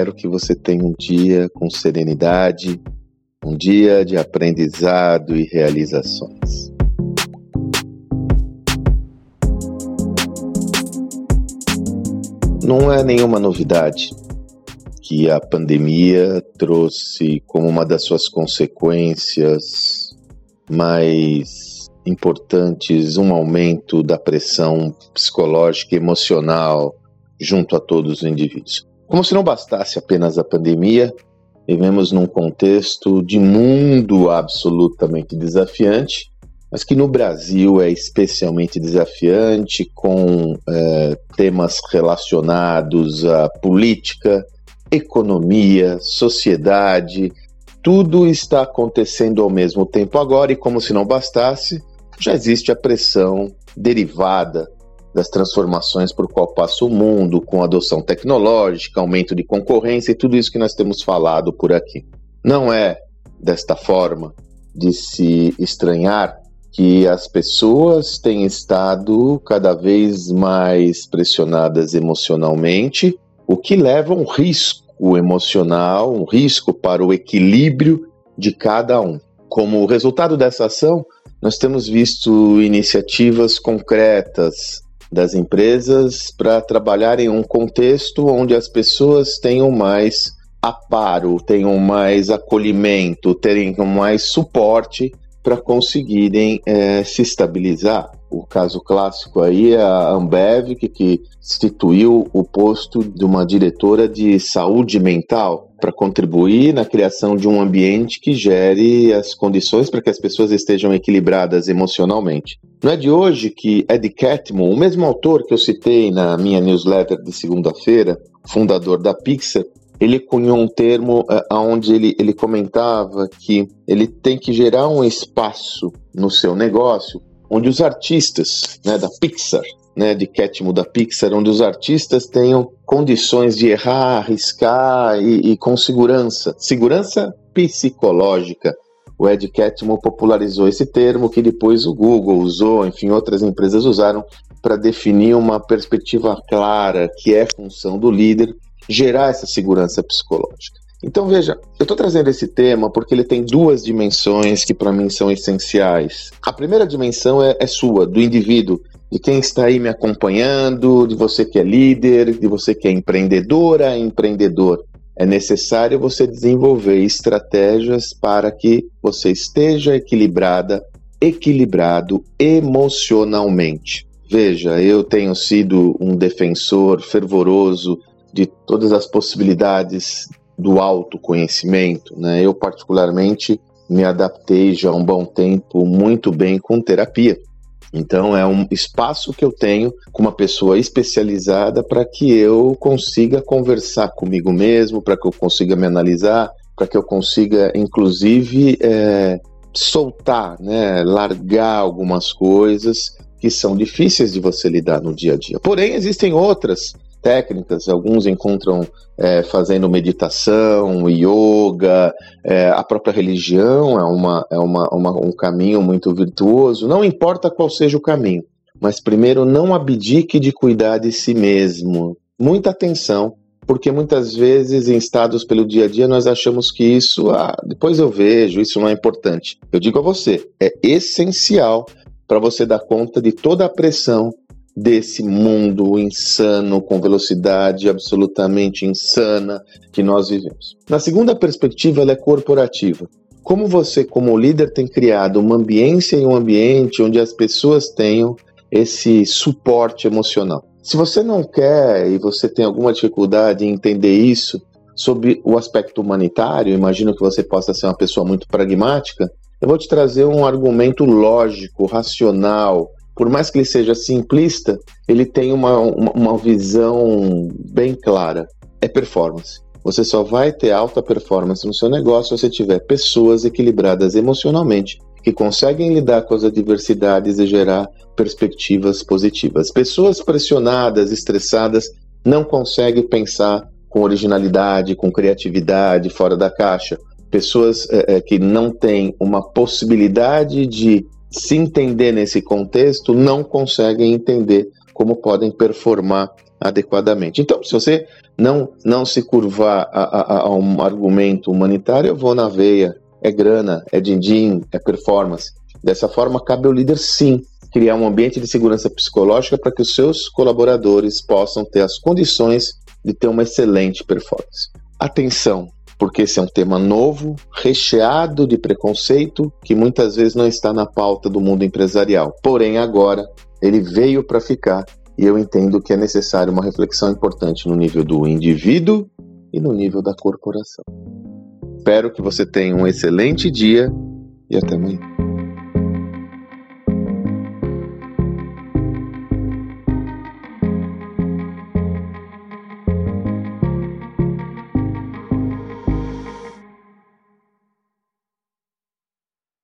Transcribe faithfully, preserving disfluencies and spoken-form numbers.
espero que você tenha um dia com serenidade, um dia de aprendizado e realizações. Não é nenhuma novidade que a pandemia trouxe como uma das suas consequências mais importantes um aumento da pressão psicológica e emocional junto a todos os indivíduos. Como se não bastasse apenas a pandemia, vivemos num contexto de mundo absolutamente desafiante, mas que no Brasil é especialmente desafiante, com é, temas relacionados à política, economia, sociedade. Tudo está acontecendo ao mesmo tempo agora e, como se não bastasse, já existe a pressão derivada das transformações por qual passa o mundo, com adoção tecnológica, aumento de concorrência e tudo isso que nós temos falado por aqui. Não é desta forma de se estranhar que as pessoas têm estado cada vez mais pressionadas emocionalmente, o que leva a um risco emocional, um risco para o equilíbrio de cada um. Como resultado dessa ação, nós temos visto iniciativas concretas das empresas para trabalhar em um contexto onde as pessoas tenham mais aparo, tenham mais acolhimento, tenham mais suporte para conseguirem é, se estabilizar. O caso clássico aí é a Ambev, que, que instituiu o posto de uma diretora de saúde mental para contribuir na criação de um ambiente que gere as condições para que as pessoas estejam equilibradas emocionalmente. Não é de hoje que Ed Catmull, o mesmo autor que eu citei na minha newsletter de segunda-feira, fundador da Pixar, ele cunhou um termo uh, onde ele, ele comentava que ele tem que gerar um espaço no seu negócio onde os artistas, né, da Pixar, né, de Catmull da Pixar, onde os artistas tenham condições de errar, arriscar e, e com segurança. Segurança psicológica. O Ed Catmull popularizou esse termo que depois o Google usou, enfim, outras empresas usaram para definir uma perspectiva clara que é função do líder gerar essa segurança psicológica. Então veja, eu estou trazendo esse tema porque ele tem duas dimensões que para mim são essenciais. A primeira dimensão é, é sua, do indivíduo, de quem está aí me acompanhando, de você que é líder, de você que é empreendedora, empreendedor. É necessário você desenvolver estratégias para que você esteja equilibrada, equilibrado emocionalmente. Veja, eu tenho sido um defensor fervoroso de todas as possibilidades do autoconhecimento, né? Eu particularmente me adaptei já há um bom tempo muito bem com terapia. Então é um espaço que eu tenho com uma pessoa especializada para que eu consiga conversar comigo mesmo, para que eu consiga me analisar, para que eu consiga inclusive é, soltar, né? Largar algumas coisas que são difíceis de você lidar no dia a dia. Porém, existem outras técnicas, alguns encontram é, fazendo meditação, yoga, é, a própria religião é, uma, é uma, uma, um caminho muito virtuoso, não importa qual seja o caminho, mas primeiro não abdique de cuidar de si mesmo. Muita atenção, porque muitas vezes em estados pelo dia a dia nós achamos que isso, ah, depois eu vejo, isso não é importante. Eu digo a você, é essencial para você dar conta de toda a pressão desse mundo insano, com velocidade absolutamente insana que nós vivemos. Na segunda perspectiva, ela é corporativa. Como você, como líder, tem criado uma ambiência e um ambiente onde as pessoas tenham esse suporte emocional. Se você não quer e você tem alguma dificuldade em entender isso sobre o aspecto humanitário, imagino que você possa ser uma pessoa muito pragmática, eu vou te trazer um argumento lógico, racional. Por mais que ele seja simplista, ele tem uma, uma, uma visão bem clara. É performance. Você só vai ter alta performance no seu negócio se você tiver pessoas equilibradas emocionalmente, que conseguem lidar com as adversidades e gerar perspectivas positivas. Pessoas pressionadas, estressadas, não conseguem pensar com originalidade, com criatividade, fora da caixa. Pessoas é, é, que não têm uma possibilidade de se entender nesse contexto não conseguem entender como podem performar adequadamente. Então, se você não, não se curvar a, a, a um argumento humanitário, eu vou na veia, é grana, é din-din, é performance. Dessa forma, cabe ao líder, sim, criar um ambiente de segurança psicológica para que os seus colaboradores possam ter as condições de ter uma excelente performance. Atenção, porque esse é um tema novo, recheado de preconceito, que muitas vezes não está na pauta do mundo empresarial. Porém, agora, ele veio para ficar e eu entendo que é necessário uma reflexão importante no nível do indivíduo e no nível da corporação. Espero que você tenha um excelente dia e até amanhã.